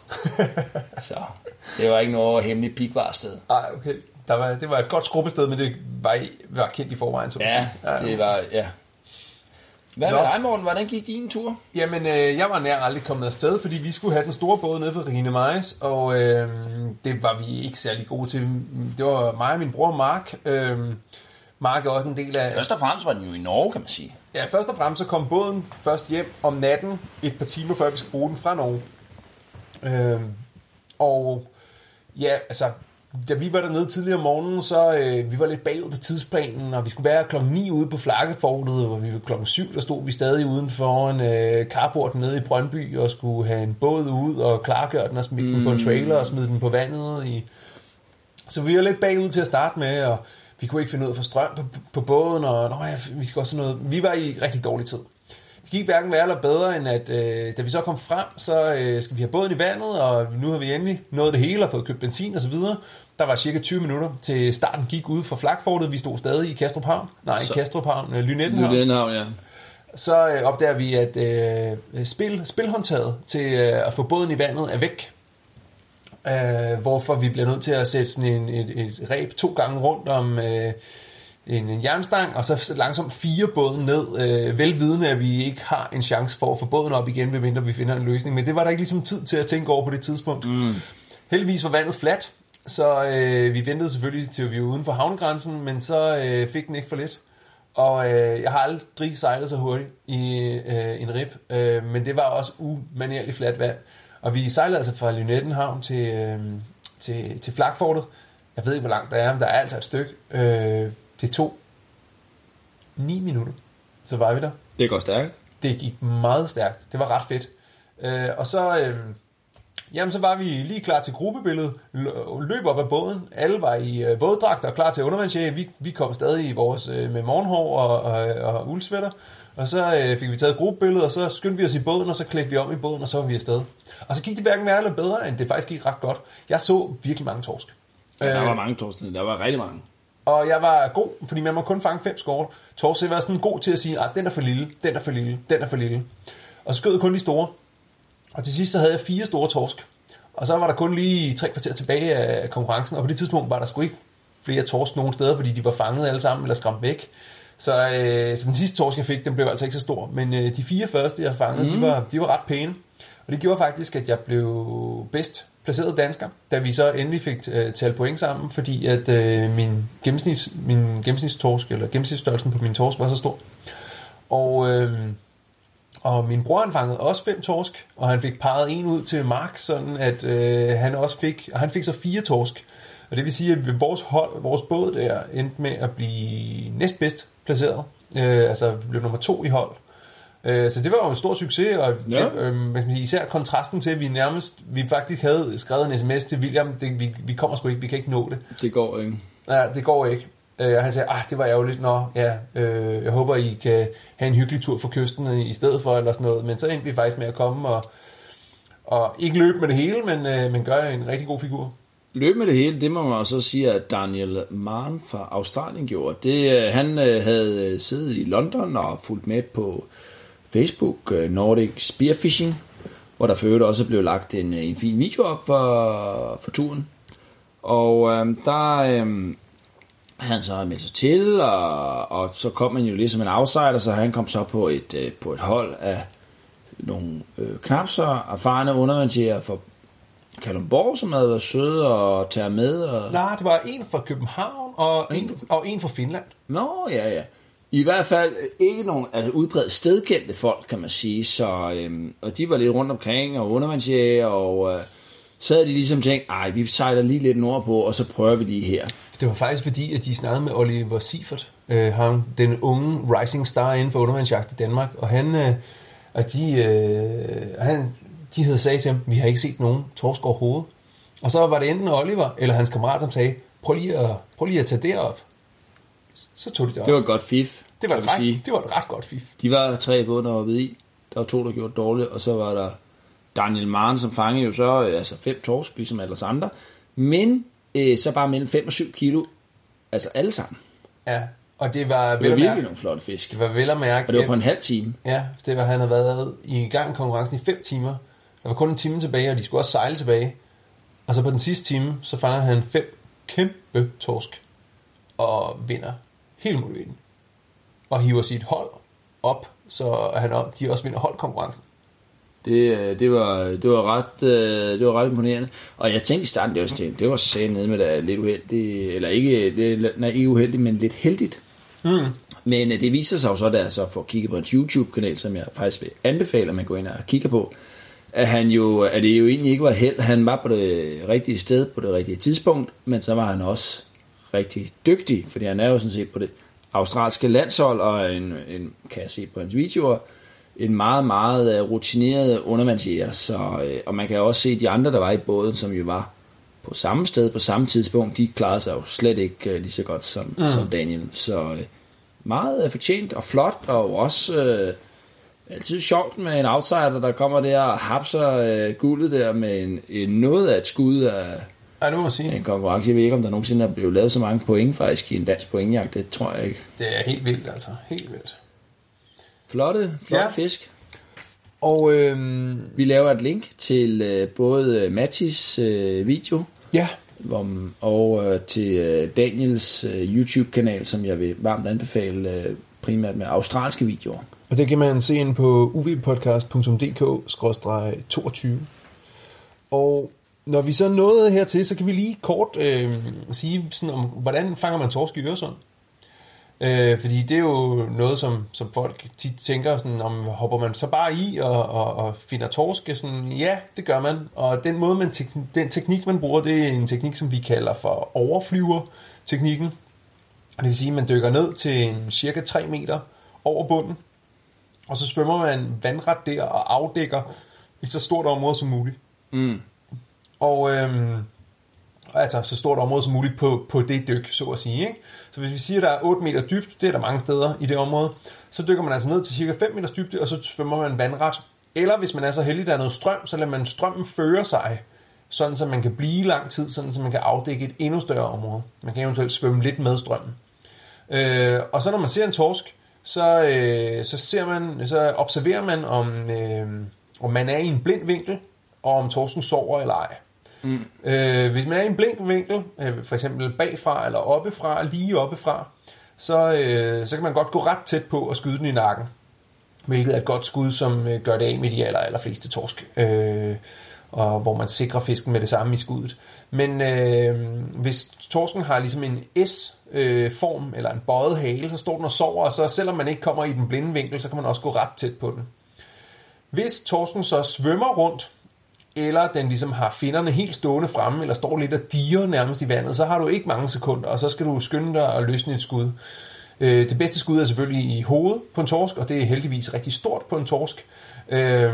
Så det var ikke noget hemmeligt pigvarsted. Nej, okay. Der var, det var et godt skrubbested, men det var, var kendt i forvejen. Så ja, ja, det var, ja. Hvad med dig, Morten? Hvordan gik din tur? Jamen, øh, jeg var nær aldrig kommet afsted, fordi vi skulle have den store båd nede for Rine Majs, og øh, det var vi ikke særlig gode til. Det var mig og min bror Mark. Øh, Mark er også en del af... Først og fremmest var den jo i Norge, kan man sige. Ja, først og fremmest så kom båden først hjem om natten, et par timer før vi skulle bruge den fra Norge. Øh, og ja, altså... Da vi var dernede tidligere om morgenen, så øh, vi var lidt bagud på tidsplanen, og vi skulle være klokken ni ude på Flakkefortet, og vi var klokken syv, der stod vi stadig uden foran øh, carporten nede i Brøndby, og skulle have en båd ud og klargøre den og smide mm. den på en trailer og smide den på vandet. I. Så vi var lidt bagud til at starte med, og vi kunne ikke finde ud af at få strøm på, på båden, og nå, ja, vi skal også noget. Vi var i rigtig dårlig tid. Det gik hverken værre eller bedre, end at øh, da vi så kom frem, så øh, skal vi have båden i vandet, og nu har vi endelig nået det hele og fået købt benzin og så videre. Der var cirka tyve minutter til starten gik ud fra Flakfortet. Vi stod stadig i Kastrup Havn. Nej, i Kastrup Havn. Øh, Lynettenhavn. Lynettenhavn, ja. Så øh, opdager vi, at øh, spil, spilhåndtaget til øh, at få båden i vandet er væk. Øh, hvorfor vi bliver nødt til at sætte sådan en, et, et reb to gange rundt om... Øh, en jernstang, og så langsomt fire båden ned, øh, velvidende, at vi ikke har en chance for at få båden op igen, medmindre vi finder en løsning. Men det var der ikke ligesom tid til at tænke over på det tidspunkt. Mm. Heldigvis var vandet fladt, så øh, vi ventede selvfølgelig til vi var uden for havnegrænsen, men så øh, fik den ikke for lidt. Og øh, jeg har aldrig sejlet så hurtigt i øh, en rib, øh, men det var også umanerligt fladt vand. Og vi sejlede altså fra Lynettenhavn til, øh, til, til Flakfortet. Jeg ved ikke, hvor langt der er, men der er altså et stykke. Øh, Det tog ni minutter, så var vi der. Det går stærkt. Det gik meget stærkt. Det var ret fedt. Øh, og så, øh, jamen, så var vi lige klar til gruppebilledet. Løb op af båden. Alle var i øh, våddragter og klar til undervandsjæge. Vi, vi kom stadig i vores øh, med morgenhår og, og, og uldsvætter. Og så øh, fik vi taget gruppebilledet, og så skyndte vi os i båden, og så klædte vi om i båden, og så var vi afsted. Og så gik det hverken værre eller bedre, end det faktisk gik ret godt. Jeg så virkelig mange torsk. Ja, der var mange torsk. Der var rigtig mange. Og jeg var god, fordi man må kun fange fem skåret. Torsk var sådan god til at sige, at den er for lille, den er for lille, den er for lille. Og så skød jeg kun de store. Og til sidst så havde jeg fire store torsk. Og så var der kun lige tre kvarter tilbage af konkurrencen. Og på det tidspunkt var der sgu ikke flere torsk nogen steder, fordi de var fanget alle sammen eller skræmt væk. Så, øh, så den sidste torsk, jeg fik, den blev altså ikke så stor. Men øh, de fire første, jeg fangede, mm. de, var, de var ret pæne. Og det gjorde faktisk, at jeg blev bedst placeret dansker, da vi så endelig fik uh, talt point sammen, fordi at uh, min, gennemsnits, min gennemsnitstorsk, eller gennemsnitsstørrelsen på min torsk var så stor. Og, uh, og min bror han fangede også fem torsk, og han fik parret en ud til Mark, sådan at uh, han også fik, og han fik så fire torsk. Og det vil sige, at vores hold, vores båd der, endte med at blive næstbedst placeret. Uh, altså vi blev nummer to i hold. Så det var jo en stor succes, og ja. det, øh, især kontrasten til, at vi nærmest, vi faktisk havde skrevet en sms til William, det, vi, vi kommer sgu ikke, vi kan ikke nå det. Det går ikke. Ja, det går ikke. Øh, og han sagde, ah, det var ærgerligt, nå, ja, øh, jeg håber, I kan have en hyggelig tur for kysten i stedet for, eller sådan noget. Men så endte vi faktisk med at komme og, og ikke løbe med det hele, men, øh, men gøre en rigtig god figur. Løb med det hele, det må man også sige, at Daniel Mann fra Australien gjorde. Det, han øh, havde siddet i London og fulgt med på Facebook, Nordic Spearfishing, hvor der for øvrigt også blev lagt en, en fin video op for, for turen. Og øhm, der øhm, han så meldt sig til, og, og så kom man jo ligesom en outsider, så han kom så på et, øh, på et hold af nogle øh, knap så erfarne undervandsjægere fra Kalundborg, som havde været søde og tage med. Og... Nej, det var en fra København og en, og en fra Finland. Nå, ja, ja. I hvert fald ikke nogen altså udbredt stedkendte folk, kan man sige. Så, øhm, og de var lidt rundt omkring og undervandsjæger, og øh, så havde de ligesom tænkt, ej, vi sejler lige lidt nordpå, og så prøver vi lige her. Det var faktisk fordi, at de snakkede med Oliver Siefert, øh, ham, den unge rising star inden for undervandsjagt i Danmark, og han, øh, og de, øh, han, de havde sagt til ham, vi har ikke set nogen torsk overhovedet. Og så var det enten Oliver eller hans kammerat, som sagde, prøv lige at, prøv lige at tage det op. Så tog de det op. Det var et godt fif. Det var, et ret, det var et ret godt fif. De var tre både, der hoppede i. Der var to, der gjorde dårligt, og så var der Daniel Mann, som fangede jo så altså fem torsk, ligesom alle andre. Men øh, så bare mellem fem og syv kilo, altså alle sammen. Ja, og det var, det var virkelig mærke, nogle flotte fisk. Det var vel at mærke. Og det var på en halv time. Ja, det var, han havde været i gang i konkurrencen i fem timer. Der var kun en time tilbage, og de skulle også sejle tilbage. Og så på den sidste time, så fanger han fem kæmpe torsk og vinder helt mod vinden. Og hiver sit hold op så han, de også vinder holdkonkurrencen. Det, det, var, det, var ret, det var ret imponerende. Og jeg tænkte i starten, det var, det var så nede med, det lidt uheldigt, eller ikke, det, nej, ikke uheldigt, men lidt heldigt. Mm. Men det viser sig jo så, da jeg så får kigget på hans YouTube-kanal, som jeg faktisk vil anbefale, at man går ind og kigger på, at, han jo, at det jo egentlig ikke var held. Han var på det rigtige sted, på det rigtige tidspunkt, men så var han også rigtig dygtig, fordi han er jo sådan set på det australske landshold, og en, en, kan jeg se på hans videoer, en meget, meget rutineret undervandsjæger, så, øh, og man kan også se de andre, der var i båden, som jo var på samme sted, på samme tidspunkt, de klarede sig jo slet ikke øh, lige så godt som, mm. som Daniel, så øh, meget øh, fortjent og flot, og også øh, altid sjovt med en outsider, der kommer der og hapser øh, guldet der med en, en noget af et skud af ja, det må man sige. En konkurrence. Jeg ved ikke, om der nogensinde er blevet lavet så mange point faktisk i en dansk pointjagt, det tror jeg ikke. Det er helt vildt altså, helt vildt. Flotte, flotte ja. Fisk. Og øhm, vi laver et link til øh, både Mattis øh, video ja. hvor, og øh, til øh, Daniels øh, YouTube-kanal, som jeg vil varmt anbefale, øh, primært med australske videoer. Og det kan man se ind på u v podcast punktum d k skråstreg toogtyve. Og når vi så nåede hertil, så kan vi lige kort øh, sige, sådan om, hvordan fanger man torsk i Øresund? Øh, fordi det er jo noget, som, som folk tit tænker, sådan, om hopper man så bare i og, og, og finder torsk? Sådan, ja, det gør man. Og den måde, man tek- den teknik, man bruger, det er en teknik, som vi kalder for overflyver-teknikken. Det vil sige, at man dykker ned til en cirka tre meter over bunden, og så svømmer man vandret der og afdækker i så stort område som muligt. Mm. Og øhm, altså så stort område som muligt på, på det dyk, så at sige. Ikke? Så hvis vi siger, at der er otte meter dybt, det er der mange steder i det område, så dykker man altså ned til cirka fem meters dybde, og så svømmer man vandret. Eller hvis man er så heldig, der er noget strøm, så lader man strømmen føre sig, sådan så man kan blive lang tid, sådan så man kan afdække et endnu større område. Man kan eventuelt svømme lidt med strømmen. Øh, og så når man ser en torsk, så, øh, så, ser man, så observerer man, om, øh, om man er i en blind vinkel, og om torsken sover eller ej. Mm. Øh, hvis man er i en blind vinkel, øh, for eksempel bagfra eller oppefra, lige oppefra, så, øh, så kan man godt gå ret tæt på og skyde den i nakken. Hvilket er et godt skud, som øh, gør det af med de aller, aller fleste torsk. Øh, og hvor man sikrer fisken med det samme i skuddet. Men øh, hvis torsken har ligesom en S-form, øh, eller en bøjet hale, så står den og sover, og så selvom man ikke kommer i den blinde vinkel, så kan man også gå ret tæt på den. Hvis torsken så svømmer rundt, eller den ligesom har finnerne helt stående fremme, eller står lidt og diger nærmest i vandet, så har du ikke mange sekunder, og så skal du skynde dig og løsne et skud. Øh, det bedste skud er selvfølgelig i hovedet på en torsk, og det er heldigvis rigtig stort på en torsk. Øh,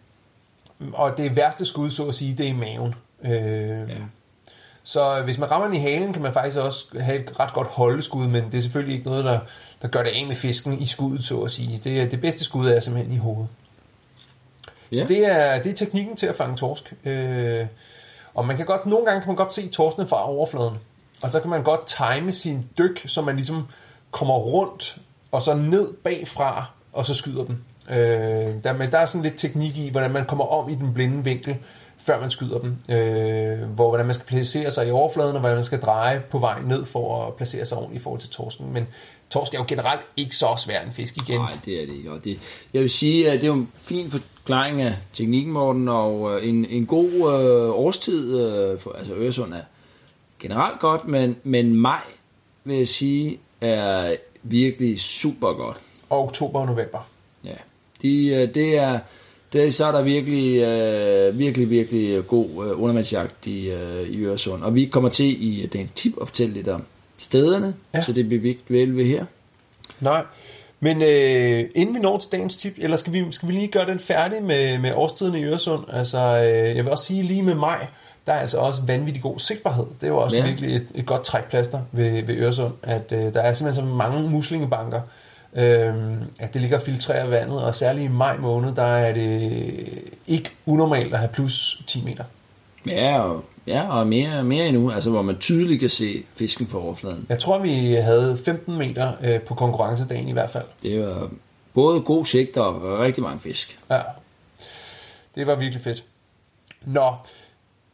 og det værste skud, så at sige, det er i maven. Øh, ja. Så hvis man rammer den i halen, kan man faktisk også have et ret godt holdeskud, men det er selvfølgelig ikke noget, der, der gør det af med fisken i skuddet, så at sige. Det, det bedste skud er simpelthen i hovedet. Ja. Så det er, det er teknikken til at fange torsk. Øh, og man kan godt, nogle gange kan man godt se torskene fra overfladen. Og så kan man godt time sin dyk, så man ligesom kommer rundt, og så ned bagfra, og så skyder den. Øh, der, men der er sådan lidt teknik i, hvordan man kommer om i den blinde vinkel, før man skyder dem. Øh, hvor, hvordan man skal placere sig i overfladen, og hvordan man skal dreje på vej ned for at placere sig ordentligt i forhold til torsken. Men torsk er jo generelt ikke så svær en fisk igen. Nej, det er det ikke. Og det, jeg vil sige, at det er jo en fin forklaring af teknikken, Morten, og en, en god øh, årstid, øh, for, altså Øresund er generelt godt, men, men maj, vil jeg sige, er virkelig super godt. Og oktober og november. Ja, de, det er... Det, så er der virkelig, øh, virkelig, virkelig god øh, undervandsjagt i, øh, i Øresund. Og vi kommer til i dagens tip at fortælle lidt om stederne, ja. Så det bliver vigtigt vel ved her. Nej, men øh, inden vi når til dagens tip, eller skal vi, skal vi lige gøre den færdig med, med årstiden i Øresund? Altså, øh, jeg vil også sige lige med maj, der er altså også vanvittig god sigtbarhed. Det er jo også ja. virkelig et, et godt trækplaster ved, ved Øresund, at øh, der er simpelthen så mange muslingebanker, Øhm, at det ligger og filtrerer vandet, og særligt i maj måned, der er det ikke unormalt at have plus ti meter. Ja, og, ja, og mere, mere endnu, altså hvor man tydeligt kan se fisken på overfladen. Jeg tror, vi havde femten meter øh, på konkurrencedagen i hvert fald. Det var både god sigt og rigtig mange fisk. Ja, det var virkelig fedt. Nå,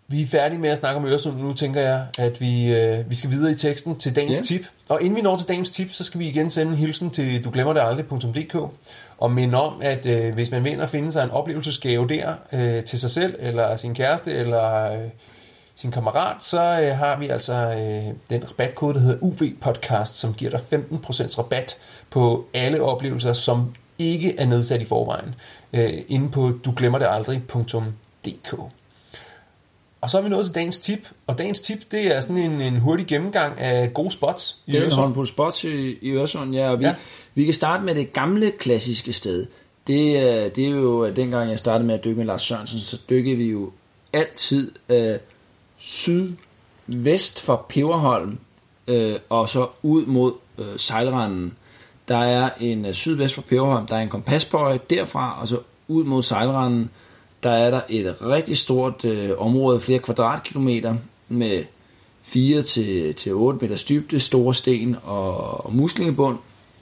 Vi er færdige med at snakke om Øresund. Nu tænker jeg, at vi, øh, vi skal videre i teksten til dagens yeah. tip. Og inden vi når til dagens tip, så skal vi igen sende en hilsen til du glemmer det aldrig punktum d k og minde om, at øh, hvis man vil ind og finde sig en oplevelsesgave der øh, til sig selv, eller sin kæreste, eller øh, sin kammerat, så øh, har vi altså øh, den rabatkode, der hedder U V Podcast, som giver dig femten procent rabat på alle oplevelser, som ikke er nedsat i forvejen, øh, inde på du glemmer det aldrig punktum d k. Og så er vi nået til dagens tip, og dagens tip, det er sådan en, en hurtig gennemgang af gode spots i Øresund. Det er en håndfuld spots i, i Øresund, ja, og vi, ja. vi kan starte med det gamle klassiske sted. Det, det er jo, dengang jeg startede med at dykke med Lars Sørensen, så dykkede vi jo altid øh, sydvest for Peberholm, øh, og så ud mod øh, sejlranden. Der er en øh, sydvest for Peberholm, der er en kompasbøje derfra, og så ud mod sejlranden, der er der et rigtig stort øh, område, flere kvadratkilometer, med fire til otte meters dybde, store sten og, og muslingebund,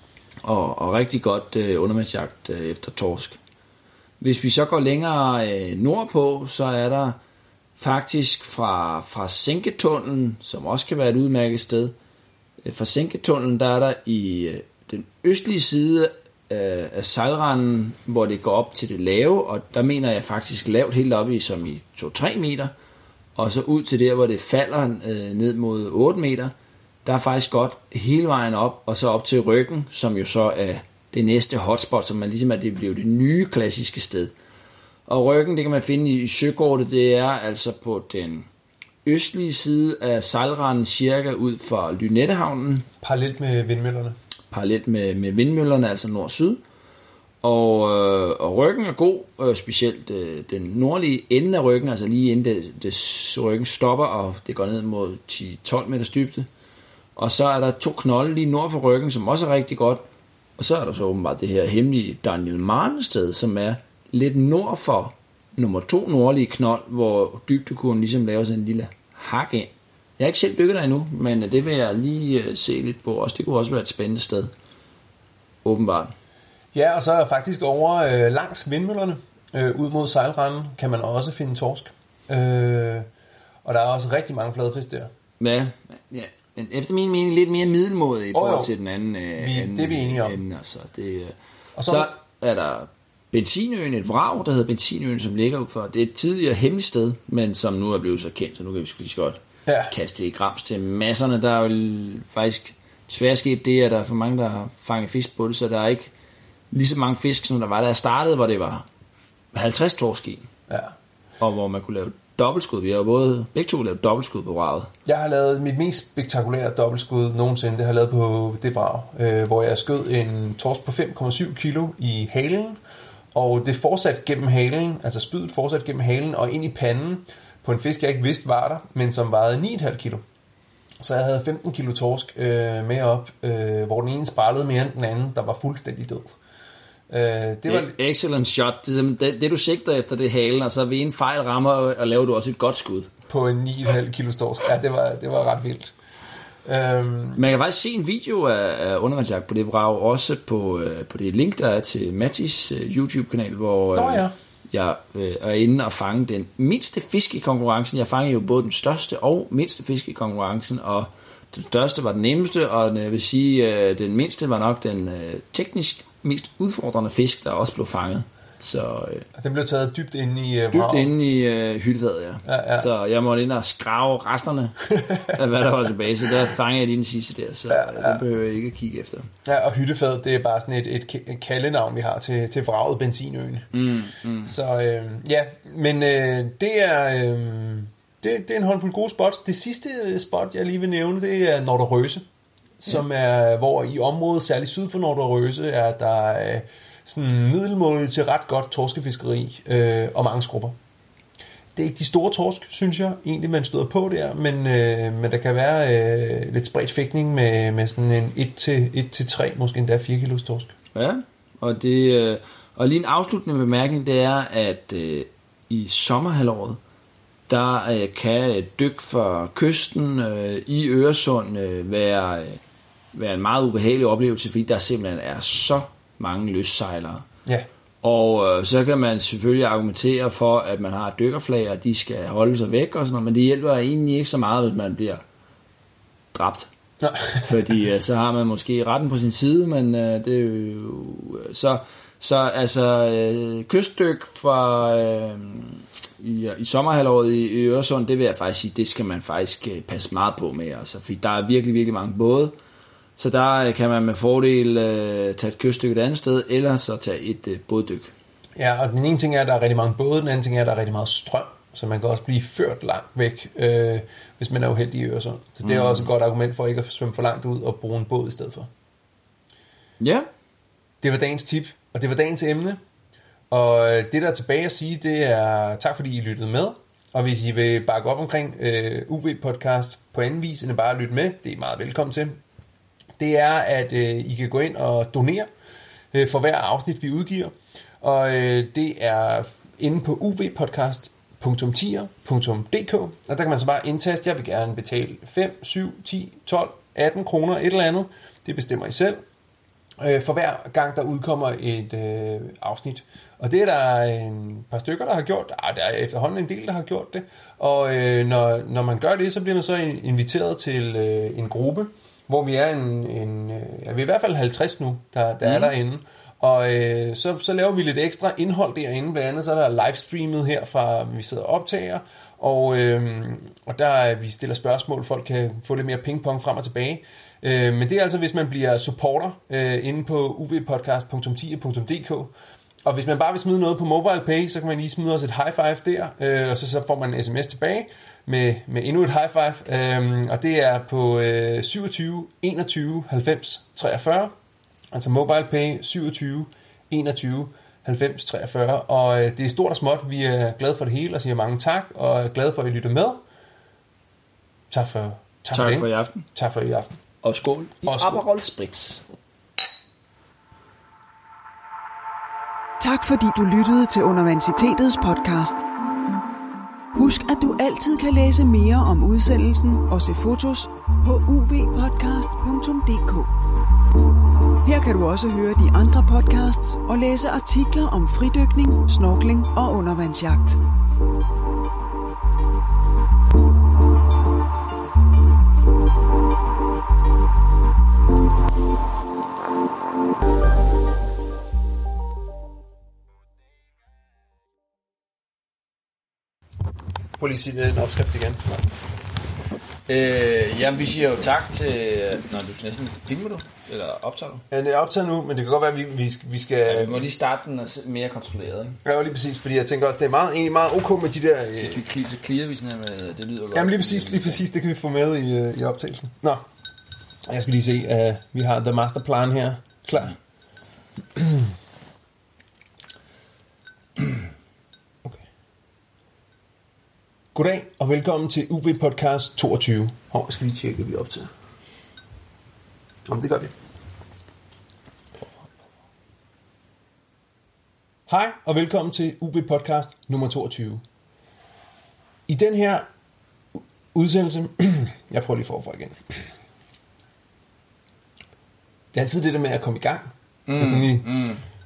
og, og rigtig godt øh, undervandsjagt øh, efter torsk. Hvis vi så går længere øh, nordpå, så er der faktisk fra, fra Sænketunnelen, som også kan være et udmærket sted, øh, fra Sænketunnelen, der er der i øh, den østlige side af sejlranden, hvor det går op til det lave, og der mener jeg faktisk lavt helt op i som i to til tre meter, og så ud til der, hvor det falder øh, ned mod otte meter, der er faktisk godt hele vejen op, og så op til Røggen, som jo så er det næste hotspot, som man ligesom er det blev det nye klassiske sted. Og Røggen, det kan man finde i søkortet, det er altså på den østlige side af sejlranden, cirka ud fra Lynettehavnen. Parallelt med vindmøllerne. Parallelt med, med vindmøllerne, altså nord-syd. Og, øh, og Røggen er god, øh, specielt øh, den nordlige ende af Røggen, altså lige inden det, det Røggen stopper, og det går ned mod ti til tolv meters dybde. Og så er der to knolde lige nord for Røggen, som også er rigtig godt. Og så er der så åbenbart det her hemmelige Daniel Marne sted, som er lidt nord for nummer to nordlige knold, hvor dybdekurven ligesom laver sådan en lille hak ind. Jeg har ikke selv dykket der endnu, men det vil jeg lige se lidt på også. Det kunne også være et spændende sted, åbenbart. Ja, og så er faktisk over øh, langs vindmøllerne, øh, ud mod sejlranden, kan man også finde torsk. Øh, og der er også rigtig mange fladefisk der. Ja, ja. Men efter min mening lidt mere middelmåde i forhold oh, til den anden. Øh, vi, anden det er vi enige om. Anden, altså, det, øh. og så, så er der Benzinøen, et vrag, der hedder Benzinøen, som ligger ud for. Det er et tidligere hemmeligt sted, men som nu er blevet så kendt, så nu kan vi sgu lige så godt ja. kaste i grams til masserne. Der er jo faktisk svært sket det, at der er for mange, der har fanget fisk på det, så der er ikke lige så mange fisk, som der var, da jeg startede, hvor det var halvtreds torsk i. Ja. Og hvor man kunne lave dobbeltskud. Vi har jo både begge to lavet dobbeltskud på vraget. Jeg har lavet mit mest spektakulære dobbeltskud nogensinde. Det har jeg lavet på det vrag, øh, hvor jeg skød en torsk på fem komma syv kilo i halen, og det fortsat gennem halen, altså spydet fortsat gennem halen og ind i panden på en fisk, jeg ikke vidste var der, men som vejede ni komma fem kilo. Så jeg havde femten kilo torsk øh, med op, øh, hvor den ene sprællede mere end den anden, der var fuldstændig død. Øh, det var excellent shot. Det, det, det du sigter efter, det er halen, og så ved en fejl rammer, og laver du også et godt skud. På en ni komma fem kilo torsk. Ja, det var, det var ret vildt. Um, Man kan faktisk se en video af, af undervandsjagt på det vrag, også på, uh, på det link, der er til Mattis uh, YouTube-kanal, hvor uh, Nå, ja. jeg uh, er inde og fange den mindste fisk i konkurrencen. Jeg fangede jo både den største og mindste fisk i konkurrencen, og den største var den nemmeste, og jeg vil sige, uh, den mindste var nok den uh, teknisk mest udfordrende fisk, der også blev fanget. Så, øh, den blev taget dybt inde i øh, dybt inde i øh, hyttefadet, ja. Ja, ja. Så jeg måtte ind og skrave resterne af hvad der var tilbage. Så der fangede jeg lige den sidste der, så ja, ja. Den behøver jeg ikke at kigge efter. Ja, og hyttefadet, det er bare sådan et, et, et kaldenavn, vi har til, til vraget Benzinøen. Mm, mm. Så øh, ja, men øh, det er øh, det, det er en håndfuld gode spots. Det sidste spot, jeg lige vil nævne, det er Nordre Røse, som ja. er, hvor i området, særligt syd for Nordre Røse, er der øh, sådan middelmålet til ret godt torskefiskeri øh, og mange skrubber. Det er ikke de store torsk, synes jeg, egentlig man støder på der, men, øh, men der kan være øh, lidt spredt fægtning med, med sådan en et til tre, måske endda fire kilos torsk. Ja, og, det, øh, og lige en afsluttende bemærkning, det er, at øh, i sommerhalvåret, der øh, kan dyk fra kysten øh, i Øresund øh, være, øh, være en meget ubehagelig oplevelse, fordi der simpelthen er så mange løssejlere. Ja. Og øh, så kan man selvfølgelig argumentere for, at man har dykkerflag, og de skal holde sig væk og sådan noget, men det hjælper egentlig ikke så meget, hvis man bliver dræbt. Fordi øh, så har man måske retten på sin side, men øh, det er jo... Så, så altså, øh, kystdyk fra... Øh, I, i sommerhalvåret i Øresund, det vil jeg faktisk sige, det skal man faktisk passe meget på med, altså, fordi der er virkelig, virkelig mange både, så der kan man med fordel uh, tage et kystdyk et andet sted, eller så tage et uh, båddyk. Ja, og den ene ting er, at der er rigtig mange både, den anden ting er, at der er rigtig meget strøm, så man kan også blive ført langt væk, øh, hvis man er uheldig i Øresund. Så det er mm. også et godt argument for ikke at svømme for langt ud og bruge en båd i stedet for. Ja. Det var dagens tip, og det var dagens emne. Og det der er tilbage at sige, det er tak fordi I lyttede med. Og hvis I vil bakke op omkring øh, U V-podcast på anden vis, end bare at lytte med, det er I meget velkommen til. Det er, at øh, I kan gå ind og donere øh, for hver afsnit, vi udgiver. Og øh, det er inde på u v podcast punktum tier punktum d k. Og der kan man så bare indtaste, jeg vil gerne betale fem, syv, ti, tolv, atten kroner, et eller andet. Det bestemmer I selv. Øh, for hver gang der udkommer et øh, afsnit. Og det er der en par stykker, der har gjort. Ah, der er efterhånden en del, der har gjort det. Og øh, når, når man gør det, så bliver man så inviteret til øh, en gruppe, hvor vi er en, en ja, vi er i hvert fald halvtreds nu, der, der mm. er derinde. Og øh, så, så laver vi lidt ekstra indhold derinde. Blandt andet så er der livestreamet her fra, vi sidder og optager. Og, øh, og der vi stiller spørgsmål, folk kan få lidt mere pingpong frem og tilbage. Øh, men det er altså, hvis man bliver supporter øh, inde på u v podcast punktum tier punktum d k. Og hvis man bare vil smide noget på MobilePay, så kan man lige smide os et high five der, øh, og så, så får man en sms tilbage med, med endnu et high five. Øh, og det er på øh, syvogtyve enogtyve halvfems treogfyrre. Altså MobilePay syvogtyve enogtyve halvfems treogfyrre. Og øh, det er stort og småt. Vi er glade for det hele og siger mange tak, og er glade for, at I lytter med. Tak for, tak tak for, det. for i aften. Tak for i aften. Og skål i Aperol Spritz. Tak fordi du lyttede til Universitetets podcast. Husk, at du altid kan læse mere om udsendelsen og se fotos på u v podcast punktum d k. Her kan du også høre de andre podcasts og læse artikler om fridykning, snorkling og undervandsjagt. Prøv lige at sige den opskrift igen. Øh, jamen, vi siger jo tak til... Nå, du næsten... Filmer du? Eller optager du? Ja, det er optaget nu, men det kan godt være, at vi, vi, vi skal... Ja, vi må lige starte den mere kontrolleret, ikke? Ja, lige præcis, fordi jeg tænker også, det er meget, egentlig meget ok med de der... Øh... Så vi clearer vi sådan her med... Det lyder godt. Jamen lige præcis, lige præcis, det kan vi få med i, i optagelsen. Nå, jeg skal lige se, at uh, vi har the masterplan her klar. Goddag og velkommen til U V Podcast toogtyve. Hov, jeg skal lige tjekke, at vi er optaget. Om det gør vi. Hej og velkommen til U V Podcast nummer toogtyve. I den her udsendelse... jeg prøver lige forfra igen. Det er altid det der med at komme i gang. Mm, det er sådan lige... mm.